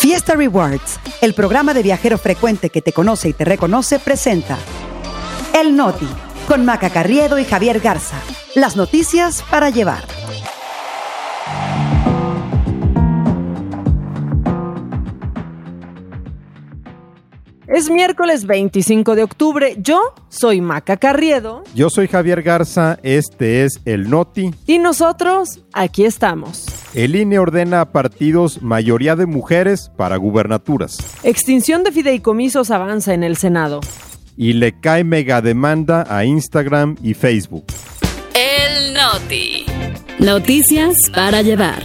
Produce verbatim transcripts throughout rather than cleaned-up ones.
Fiesta Rewards, el programa de viajero frecuente que te conoce y te reconoce, presenta El Noti, con Maca Carriedo y Javier Garza. Las noticias para llevar. Es miércoles veinticinco de octubre, yo soy Maca Carriedo. Yo soy Javier Garza, este es El Noti. Y nosotros, aquí estamos. El I N E ordena a partidos mayoría de mujeres para gubernaturas. Extinción de fideicomisos avanza en el Senado. Y le cae megademanda a Instagram y Facebook. El Noti. Noticias para llevar.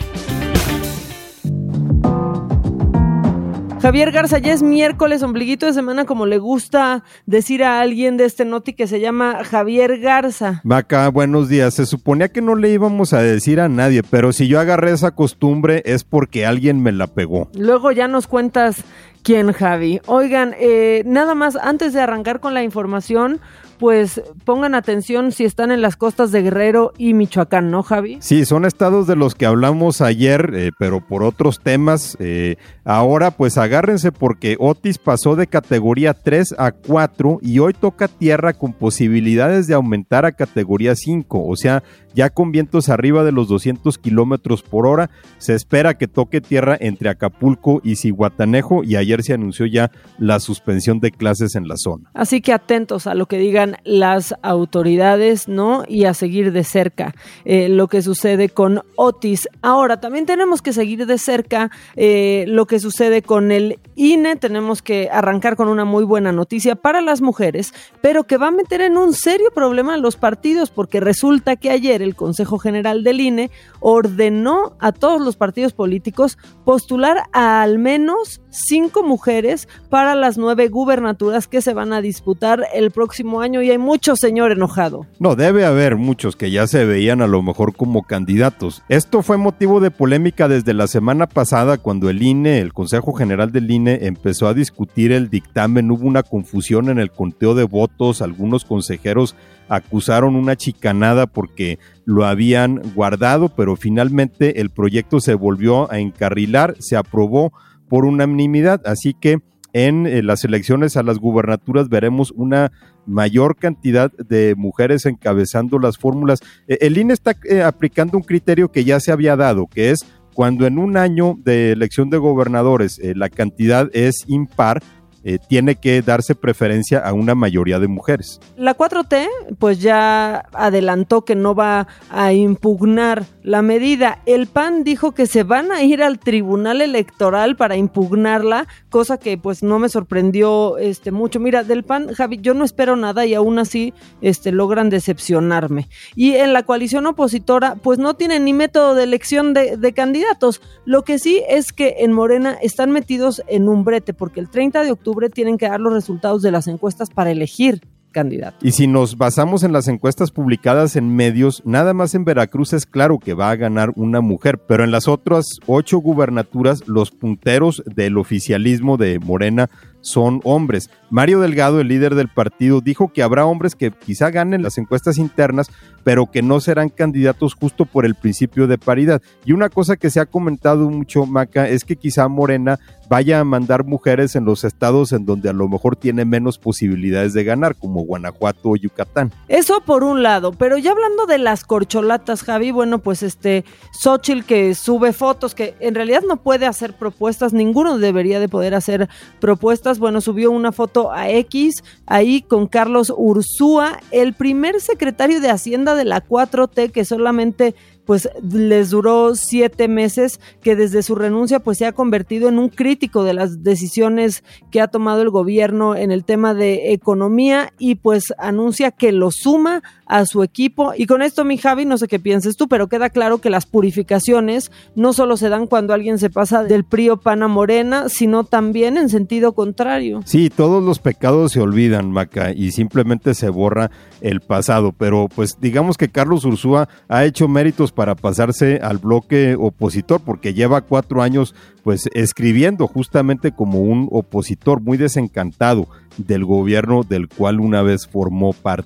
Javier Garza, ya es miércoles, ombliguito de semana, como le gusta decir a alguien de este Noti que se llama Javier Garza. Maca, buenos días. Se suponía que no le íbamos a decir a nadie, pero si yo agarré esa costumbre es porque alguien me la pegó. Luego ya nos cuentas quién, Javi. Oigan, eh, nada más, antes de arrancar con la información, pues pongan atención si están en las costas de Guerrero y Michoacán, ¿no, Javi? Sí, son estados de los que hablamos ayer, eh, pero por otros temas. Eh, ahora, pues agárrense porque Otis pasó de categoría tres a cuatro y hoy toca tierra con posibilidades de aumentar a categoría cinco, o sea, ya con vientos arriba de los doscientos kilómetros por hora. Se espera que toque tierra entre Acapulco y Zihuatanejo y ayer se anunció ya la suspensión de clases en la zona. Así que atentos a lo que digan las autoridades, ¿no? Y a seguir de cerca eh, lo que sucede con Otis. Ahora, también tenemos que seguir de cerca eh, lo que sucede con el I N E. Tenemos que arrancar con una muy buena noticia para las mujeres, pero que va a meter en un serio problema a los partidos, porque resulta que ayer el Consejo General del I N E ordenó a todos los partidos políticos postular a al menos cinco mujeres para las nueve gubernaturas que se van a disputar el próximo año, y hay mucho señor enojado. No, debe haber muchos que ya se veían a lo mejor como candidatos. Esto fue motivo de polémica desde la semana pasada cuando el I N E, el Consejo General del I N E, empezó a discutir el dictamen. Hubo una confusión en el conteo de votos, algunos consejeros acusaron una chicanada porque lo habían guardado, pero finalmente el proyecto se volvió a encarrilar, se aprobó por unanimidad, así que en eh, las elecciones a las gubernaturas veremos una mayor cantidad de mujeres encabezando las fórmulas. Eh, el I N E está eh, aplicando un criterio que ya se había dado, que es cuando en un año de elección de gobernadores eh, la cantidad es impar, Eh, tiene que darse preferencia a una mayoría de mujeres. La cuatro T pues ya adelantó que no va a impugnar la medida. El P A N dijo que se van a ir al Tribunal Electoral para impugnarla, cosa que pues no me sorprendió este mucho. Mira, del P A N, Javi, yo no espero nada y aún así este logran decepcionarme. Y en la coalición opositora pues no tienen ni método de elección de, de candidatos. Lo que sí es que en Morena están metidos en un brete, porque el treinta de octubre tienen que dar los resultados de las encuestas para elegir candidato. Y si nos basamos en las encuestas publicadas en medios, nada más en Veracruz es claro que va a ganar una mujer, pero en las otras ocho gubernaturas los punteros del oficialismo de Morena son hombres. Mario Delgado, el líder del partido, dijo que habrá hombres que quizá ganen las encuestas internas, pero que no serán candidatos justo por el principio de paridad. Y una cosa que se ha comentado mucho, Maca, es que quizá Morena vaya a mandar mujeres en los estados en donde a lo mejor tiene menos posibilidades de ganar, como Guanajuato o Yucatán. Eso por un lado, pero ya hablando de las corcholatas, Javi, bueno, pues este Xóchitl que sube fotos, que en realidad no puede hacer propuestas, ninguno debería de poder hacer propuestas. Bueno, subió una foto a X, ahí con Carlos Ursúa, el primer secretario de Hacienda de la cuatro T, que solamente pues les duró siete meses, que desde su renuncia pues se ha convertido en un crítico de las decisiones que ha tomado el gobierno en el tema de economía, y pues anuncia que lo suma a su equipo. Y con esto, mi Javi, no sé qué pienses tú, pero queda claro que las purificaciones no solo se dan cuando alguien se pasa del P R I o P A N a Morena, sino también en sentido contrario. Sí, todos los pecados se olvidan, Maca, y simplemente se borra el pasado, pero pues digamos que Carlos Ursúa ha hecho méritos para pasarse al bloque opositor, porque lleva cuatro años pues escribiendo justamente como un opositor muy desencantado del gobierno del cual una vez formó parte.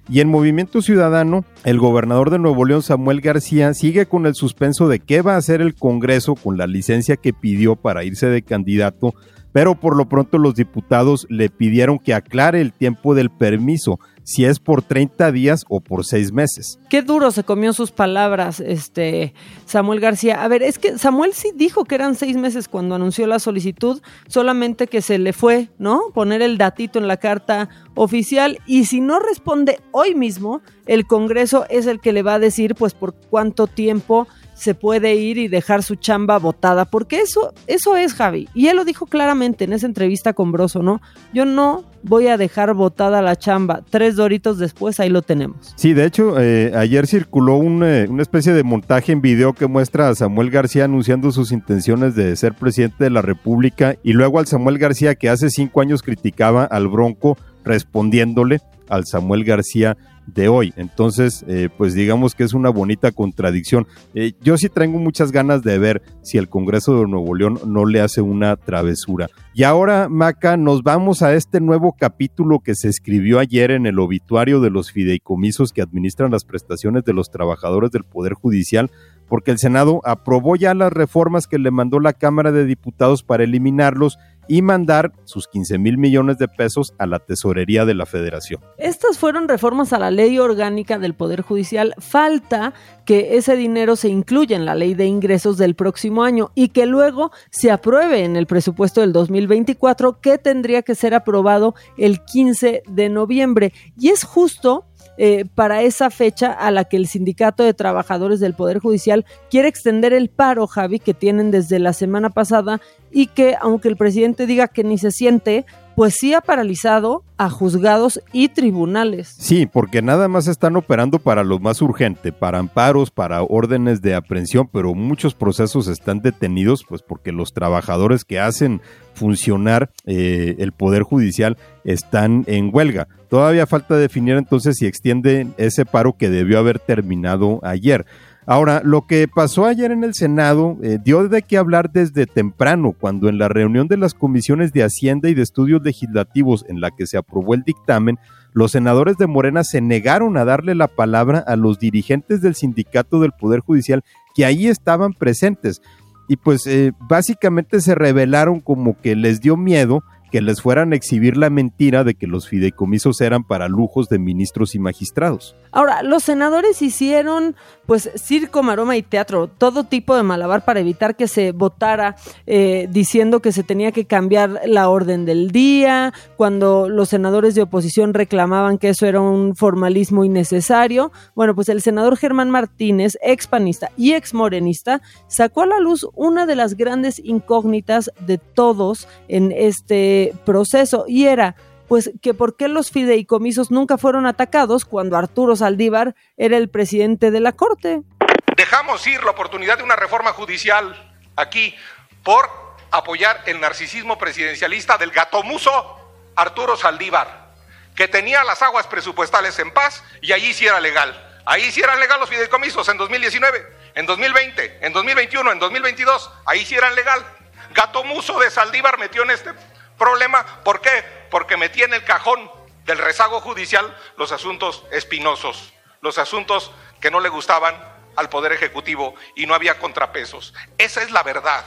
Y en Movimiento Ciudadano, el gobernador de Nuevo León, Samuel García, sigue con el suspenso de qué va a hacer el Congreso con la licencia que pidió para irse de candidato, pero por lo pronto los diputados le pidieron que aclare el tiempo del permiso, si es por treinta días o por seis meses. Qué duro se comió sus palabras, este Samuel García. A ver, es que Samuel sí dijo que eran seis meses cuando anunció la solicitud, solamente que se le fue, ¿no? Poner el datito en la carta oficial, y si no responde hoy mismo, el Congreso es el que le va a decir, pues, por cuánto tiempo se puede ir y dejar su chamba botada, porque eso, eso es, Javi, y él lo dijo claramente en esa entrevista con Broso, ¿no? Yo no voy a dejar botada la chamba. Tres doritos después, ahí lo tenemos. Sí, de hecho, eh, ayer circuló un, eh, una especie de montaje en video que muestra a Samuel García anunciando sus intenciones de ser presidente de la República, y luego al Samuel García que hace cinco años criticaba al Bronco, respondiéndole al Samuel García de hoy. Entonces, eh, pues digamos que es una bonita contradicción. Eh, yo sí tengo muchas ganas de ver si el Congreso de Nuevo León no le hace una travesura. Y ahora, Maca, nos vamos a este nuevo capítulo que se escribió ayer en el obituario de los fideicomisos que administran las prestaciones de los trabajadores del Poder Judicial, porque el Senado aprobó ya las reformas que le mandó la Cámara de Diputados para eliminarlos y mandar sus quince mil millones de pesos a la tesorería de la Federación. Estas fueron reformas a la ley orgánica del Poder Judicial. Falta que ese dinero se incluya en la ley de ingresos del próximo año y que luego se apruebe en el presupuesto del dos mil veinticuatro, que tendría que ser aprobado el quince de noviembre. Y es justo Eh, para esa fecha a la que el Sindicato de Trabajadores del Poder Judicial quiere extender el paro, Javi, que tienen desde la semana pasada, y que, aunque el presidente diga que ni se siente, pues sí ha paralizado a juzgados y tribunales. Sí, porque nada más están operando para lo más urgente, para amparos, para órdenes de aprehensión, pero muchos procesos están detenidos, pues porque los trabajadores que hacen funcionar eh, el Poder Judicial están en huelga. Todavía falta definir entonces si extienden ese paro que debió haber terminado ayer. Ahora, lo que pasó ayer en el Senado eh, dio de qué hablar desde temprano, cuando en la reunión de las comisiones de Hacienda y de Estudios Legislativos en la que se aprobó el dictamen, los senadores de Morena se negaron a darle la palabra a los dirigentes del Sindicato del Poder Judicial que ahí estaban presentes. Y pues eh, básicamente se rebelaron, como que les dio miedo que les fueran a exhibir la mentira de que los fideicomisos eran para lujos de ministros y magistrados. Ahora, los senadores hicieron pues circo, maroma y teatro, todo tipo de malabar para evitar que se votara eh, diciendo que se tenía que cambiar la orden del día, cuando los senadores de oposición reclamaban que eso era un formalismo innecesario. Bueno, pues el senador Germán Martínez, ex panista y ex morenista, sacó a la luz una de las grandes incógnitas de todos en este proceso, y era pues que por qué los fideicomisos nunca fueron atacados cuando Arturo Saldívar era el presidente de la Corte. Dejamos ir la oportunidad de una reforma judicial aquí por apoyar el narcisismo presidencialista del gatomuso Arturo Saldívar, que tenía las aguas presupuestales en paz y allí sí era legal. Ahí sí eran legal los fideicomisos en dos mil diecinueve, en dos mil veinte, en dos mil veintiuno, en dos mil veintidós, ahí sí eran legal. Gatomuso de Saldívar metió en este problema. ¿Por qué? Porque metía en el cajón del rezago judicial los asuntos espinosos, los asuntos que no le gustaban al Poder Ejecutivo y no había contrapesos. Esa es la verdad.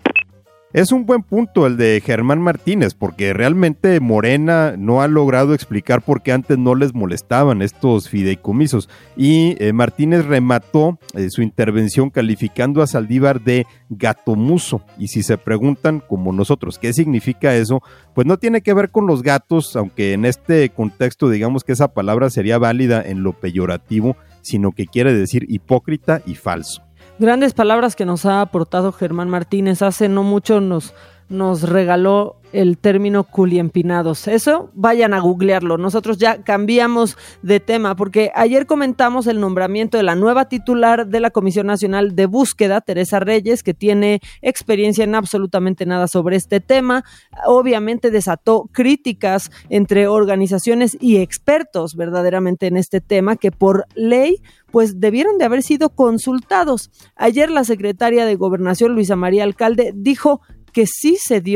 Es un buen punto el de Germán Martínez, porque realmente Morena no ha logrado explicar por qué antes no les molestaban estos fideicomisos. Y eh, Martínez remató eh, su intervención calificando a Saldívar de gatomuso. Y si se preguntan, como nosotros, ¿qué significa eso? Pues no tiene que ver con los gatos, aunque en este contexto digamos que esa palabra sería válida en lo peyorativo, sino que quiere decir hipócrita y falso. Grandes palabras que nos ha aportado Germán Martínez. Hace no mucho nos, nos regaló el término culiempinados. Eso, vayan a googlearlo. Nosotros ya cambiamos de tema porque ayer comentamos el nombramiento de la nueva titular de la Comisión Nacional de Búsqueda, Teresa Reyes, que tiene experiencia en absolutamente nada sobre este tema. Obviamente desató críticas entre organizaciones y expertos verdaderamente en este tema, que por ley pues debieron de haber sido consultados. Ayer la secretaria de Gobernación, Luisa María Alcalde, dijo que sí se dio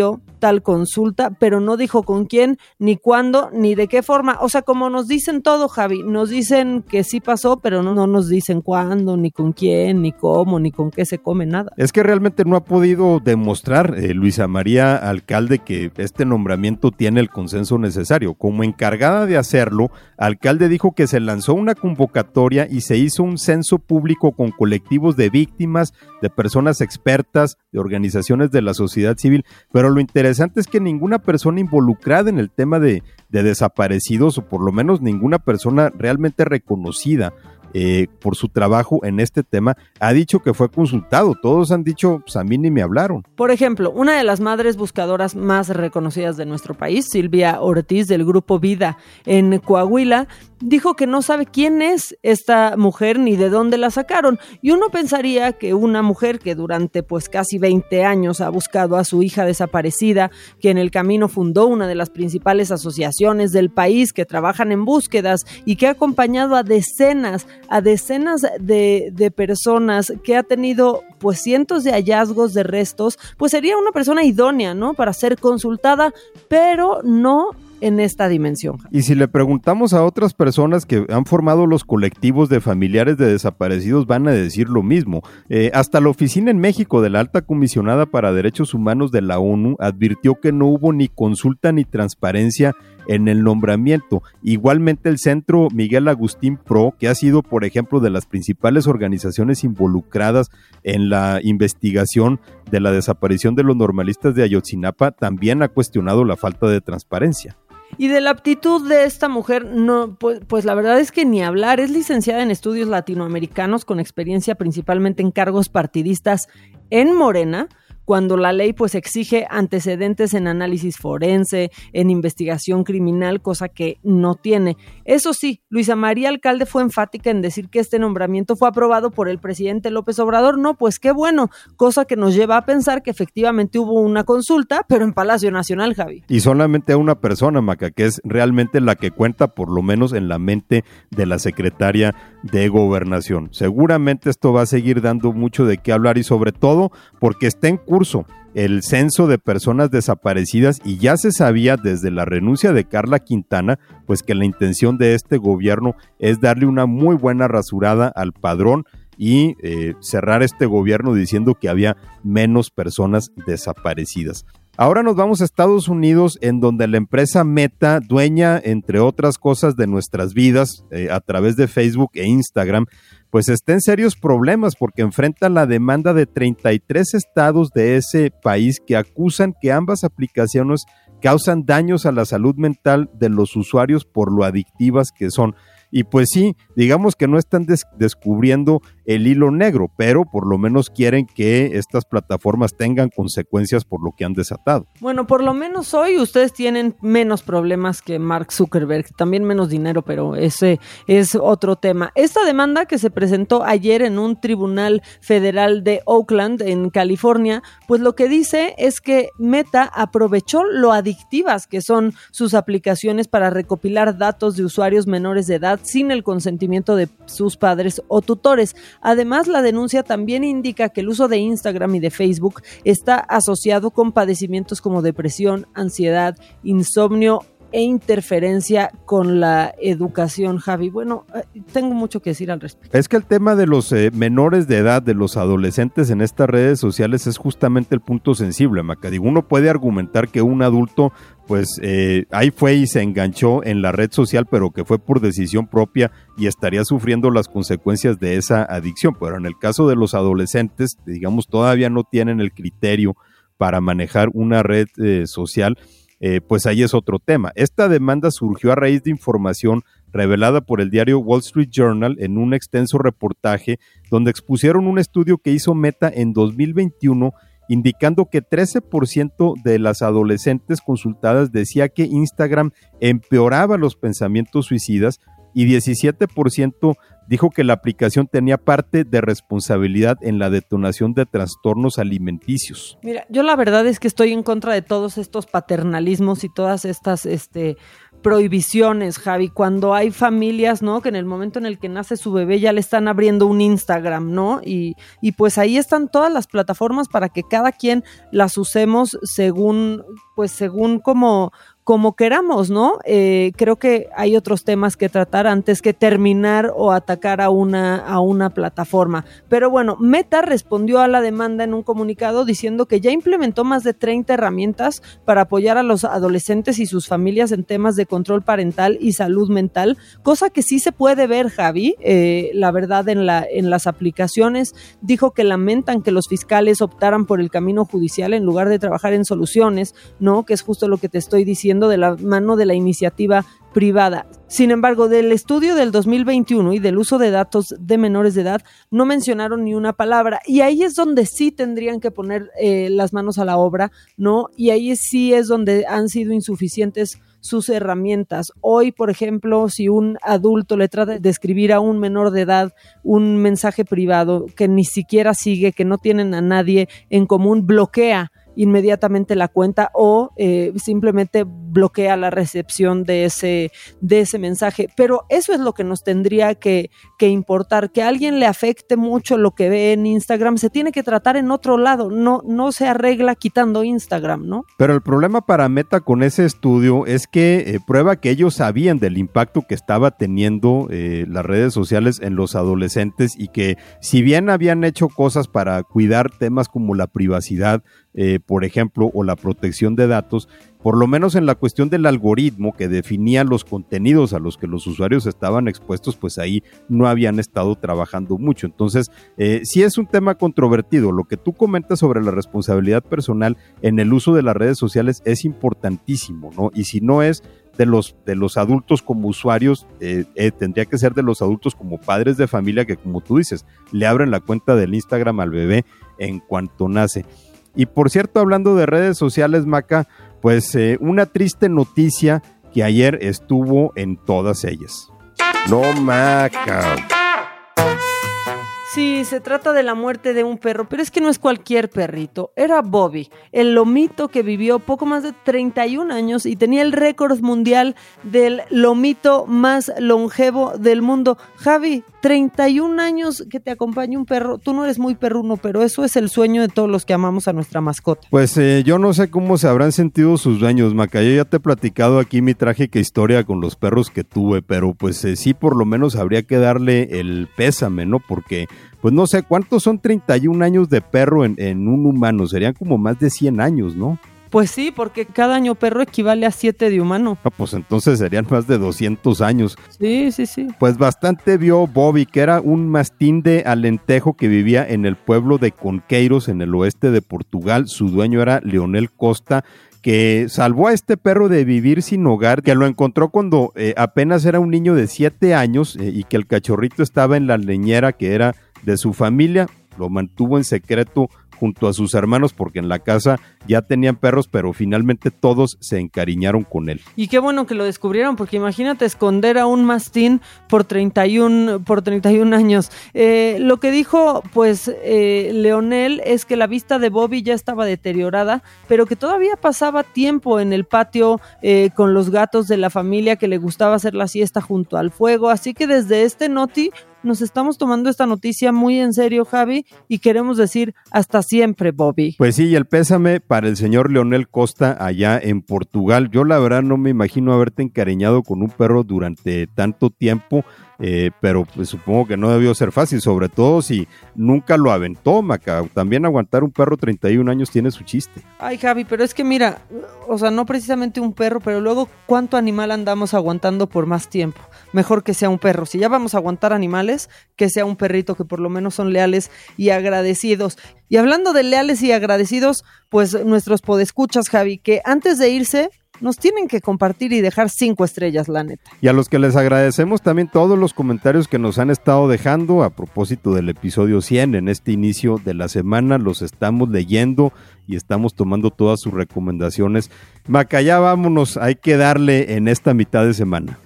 tal consulta, pero no dijo con quién, ni cuándo, ni de qué forma. O sea, como nos dicen todo, Javi, nos dicen que sí pasó, pero no, no nos dicen cuándo, ni con quién, ni cómo, ni con qué se come, nada. Es que realmente no ha podido demostrar eh, Luisa María Alcalde que este nombramiento tiene el consenso necesario. Como encargada de hacerlo, Alcalde dijo que se lanzó una convocatoria y se hizo un censo público con colectivos de víctimas, de personas expertas, de organizaciones de la sociedad civil, pero lo interesante es que ninguna persona involucrada en el tema de, de desaparecidos, o por lo menos ninguna persona realmente reconocida Eh, por su trabajo en este tema, ha dicho que fue consultado. Todos han dicho, pues a mí ni me hablaron. Por ejemplo, una de las madres buscadoras más reconocidas de nuestro país, Silvia Ortiz, del grupo Vida en Coahuila, dijo que no sabe quién es esta mujer ni de dónde la sacaron. Y uno pensaría que una mujer que durante pues casi veinte años ha buscado a su hija desaparecida, que en el camino fundó una de las principales asociaciones del país que trabajan en búsquedas y que ha acompañado a decenas a decenas de, de personas, que ha tenido pues cientos de hallazgos de restos, pues sería una persona idónea, ¿no?, para ser consultada, pero no en esta dimensión. Y si le preguntamos a otras personas que han formado los colectivos de familiares de desaparecidos, van a decir lo mismo. Eh, hasta la oficina en México de la Alta Comisionada para Derechos Humanos de la ONU advirtió que no hubo ni consulta ni transparencia en el nombramiento. Igualmente el Centro Miguel Agustín Pro, que ha sido, por ejemplo, de las principales organizaciones involucradas en la investigación de la desaparición de los normalistas de Ayotzinapa, también ha cuestionado la falta de transparencia. Y de la aptitud de esta mujer, no, pues, pues la verdad es que ni hablar. Es licenciada en estudios latinoamericanos con experiencia principalmente en cargos partidistas en Morena, cuando la ley pues exige antecedentes en análisis forense, en investigación criminal, cosa que no tiene. Eso sí, Luisa María Alcalde fue enfática en decir que este nombramiento fue aprobado por el presidente López Obrador. No, pues qué bueno, cosa que nos lleva a pensar que efectivamente hubo una consulta, pero en Palacio Nacional, Javi. Y solamente a una persona, Maca, que es realmente la que cuenta, por lo menos en la mente de la secretaria de Gobernación. Seguramente esto va a seguir dando mucho de qué hablar, y sobre todo porque está en curso el censo de personas desaparecidas, y ya se sabía desde la renuncia de Carla Quintana pues que la intención de este gobierno es darle una muy buena rasurada al padrón y eh, cerrar este gobierno diciendo que había menos personas desaparecidas. Ahora nos vamos a Estados Unidos, en donde la empresa Meta, dueña entre otras cosas de nuestras vidas eh, a través de Facebook e Instagram, pues está en serios problemas porque enfrenta la demanda de treinta y tres estados de ese país que acusan que ambas aplicaciones causan daños a la salud mental de los usuarios por lo adictivas que son. Y pues sí, digamos que no están des- descubriendo el hilo negro, pero por lo menos quieren que estas plataformas tengan consecuencias por lo que han desatado. Bueno, por lo menos hoy ustedes tienen menos problemas que Mark Zuckerberg, también menos dinero, pero ese es otro tema. Esta demanda que se presentó ayer en un tribunal federal de Oakland, en California, pues lo que dice es que Meta aprovechó lo adictivas que son sus aplicaciones para recopilar datos de usuarios menores de edad sin el consentimiento de sus padres o tutores. Además, la denuncia también indica que el uso de Instagram y de Facebook está asociado con padecimientos como depresión, ansiedad, insomnio e interferencia con la educación, Javi. Bueno, tengo mucho que decir al respecto. Es que el tema de los eh, menores de edad, de los adolescentes en estas redes sociales es justamente el punto sensible, Maca. Digo, uno puede argumentar que un adulto pues eh, ahí fue y se enganchó en la red social, pero que fue por decisión propia y estaría sufriendo las consecuencias de esa adicción. Pero en el caso de los adolescentes, digamos, todavía no tienen el criterio para manejar una red eh, social, eh, pues ahí es otro tema. Esta demanda surgió a raíz de información revelada por el diario Wall Street Journal en un extenso reportaje donde expusieron un estudio que hizo Meta en dos mil veintiuno, indicando que trece por ciento de las adolescentes consultadas decía que Instagram empeoraba los pensamientos suicidas y diecisiete por ciento dijo que la aplicación tenía parte de responsabilidad en la detonación de trastornos alimenticios. Mira, yo la verdad es que estoy en contra de todos estos paternalismos y todas estas este prohibiciones, Javi, cuando hay familias, ¿no? Que en el momento en el que nace su bebé ya le están abriendo un Instagram, ¿no? Y, y pues ahí están todas las plataformas para que cada quien las usemos según, pues según como... como queramos, ¿no? Eh, creo que hay otros temas que tratar antes que terminar o atacar a una, a una plataforma. Pero bueno, Meta respondió a la demanda en un comunicado diciendo que ya implementó más de treinta herramientas para apoyar a los adolescentes y sus familias en temas de control parental y salud mental, cosa que sí se puede ver, Javi, eh, la verdad, en, la, en las aplicaciones. Dijo que lamentan que los fiscales optaran por el camino judicial en lugar de trabajar en soluciones, ¿no? Que es justo lo que te estoy diciendo, de la mano de la iniciativa privada. Sin embargo, del estudio del dos mil veintiuno y del uso de datos de menores de edad no mencionaron ni una palabra, y ahí es donde sí tendrían que poner eh, las manos a la obra, ¿no? Y ahí sí es donde han sido insuficientes sus herramientas. Hoy, por ejemplo, si un adulto le trata de escribir a un menor de edad un mensaje privado que ni siquiera sigue, que no tienen a nadie en común, bloquea inmediatamente la cuenta o eh, simplemente bloquea la recepción de ese, de ese mensaje. Pero eso es lo que nos tendría que, que importar, que a alguien le afecte mucho lo que ve en Instagram, se tiene que tratar en otro lado, no, no se arregla quitando Instagram, ¿no? Pero el problema para Meta con ese estudio es que eh, prueba que ellos sabían del impacto que estaba teniendo eh, las redes sociales en los adolescentes, y que si bien habían hecho cosas para cuidar temas como la privacidad, Eh, por ejemplo, o la protección de datos, por lo menos en la cuestión del algoritmo que definía los contenidos a los que los usuarios estaban expuestos, pues ahí no habían estado trabajando mucho. Entonces, eh, sí es un tema controvertido. Lo que tú comentas sobre la responsabilidad personal en el uso de las redes sociales es importantísimo, ¿no? Y si no es de los, de los adultos como usuarios, eh, eh, tendría que ser de los adultos como padres de familia que, como tú dices, le abren la cuenta del Instagram al bebé en cuanto nace. Y por cierto, hablando de redes sociales, Maca, pues eh, una triste noticia que ayer estuvo en todas ellas. No, Maca. Sí, se trata de la muerte de un perro, pero es que no es cualquier perrito. Era Bobby, el lomito que vivió poco más de treinta y un años y tenía el récord mundial del lomito más longevo del mundo. Javi, treinta y un años que te acompañe un perro. Tú no eres muy perruno, pero eso es el sueño de todos los que amamos a nuestra mascota. Pues eh, yo no sé cómo se habrán sentido sus dueños, Maca. Yo ya te he platicado aquí mi trágica historia con los perros que tuve, pero pues eh, sí, por lo menos habría que darle el pésame, ¿no? Porque pues no sé, ¿cuántos son treinta y un años de perro en, en un humano? Serían como más de cien años, ¿no? Pues sí, porque cada año perro equivale a siete de humano. Ah, pues entonces serían más de doscientos años. Sí, sí, sí. Pues bastante vio Bobby, que era un mastín de Alentejo que vivía en el pueblo de Conqueiros, en el oeste de Portugal. Su dueño era Leonel Costa, que salvó a este perro de vivir sin hogar, que lo encontró cuando eh, apenas era un niño de siete años eh, y que el cachorrito estaba en la leñera que era de su familia. Lo mantuvo en secreto junto a sus hermanos porque en la casa ya tenían perros, pero finalmente todos se encariñaron con él. Y qué bueno que lo descubrieron, porque imagínate esconder a un mastín por treinta y uno, por treinta y un años. Eh, lo que dijo pues eh, Leonel es que la vista de Bobby ya estaba deteriorada, pero que todavía pasaba tiempo en el patio eh, con los gatos de la familia, que le gustaba hacer la siesta junto al fuego. Así que desde este Noti nos estamos tomando esta noticia muy en serio, Javi, y queremos decir hasta siempre, Bobby. Pues sí, y el pésame para el señor Leonel Costa allá en Portugal. Yo la verdad no me imagino haberte encariñado con un perro durante tanto tiempo, eh, pero pues supongo que no debió ser fácil, sobre todo si nunca lo aventó, Maca. También aguantar un perro treinta y un años tiene su chiste. Ay, Javi, pero es que mira, o sea, no precisamente un perro, pero luego ¿cuánto animal andamos aguantando por más tiempo? Mejor que sea un perro. Si ya vamos a aguantar animales, que sea un perrito, que por lo menos son leales y agradecidos. Y hablando de leales y agradecidos, pues nuestros podescuchas, Javi, que antes de irse nos tienen que compartir y dejar cinco estrellas, la neta. Y a los que les agradecemos también todos los comentarios que nos han estado dejando a propósito del episodio cien en este inicio de la semana. Los estamos leyendo y estamos tomando todas sus recomendaciones. Maca, ya vámonos, hay que darle en esta mitad de semana.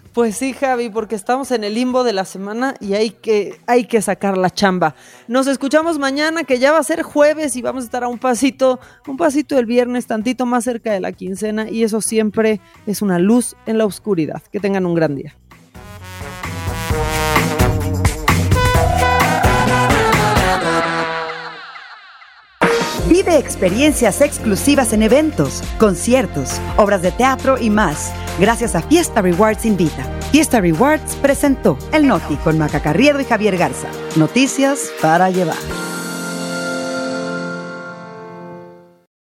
Pues sí, Javi, porque estamos en el limbo de la semana y hay que, hay que sacar la chamba. Nos escuchamos mañana, que ya va a ser jueves y vamos a estar a un pasito, un pasito del viernes, tantito más cerca de la quincena, y eso siempre es una luz en la oscuridad. Que tengan un gran día. Vive experiencias exclusivas en eventos, conciertos, obras de teatro y más, gracias a Fiesta Rewards Invita. Fiesta Rewards presentó El Noti con Maca Carriedo y Javier Garza. Noticias para llevar.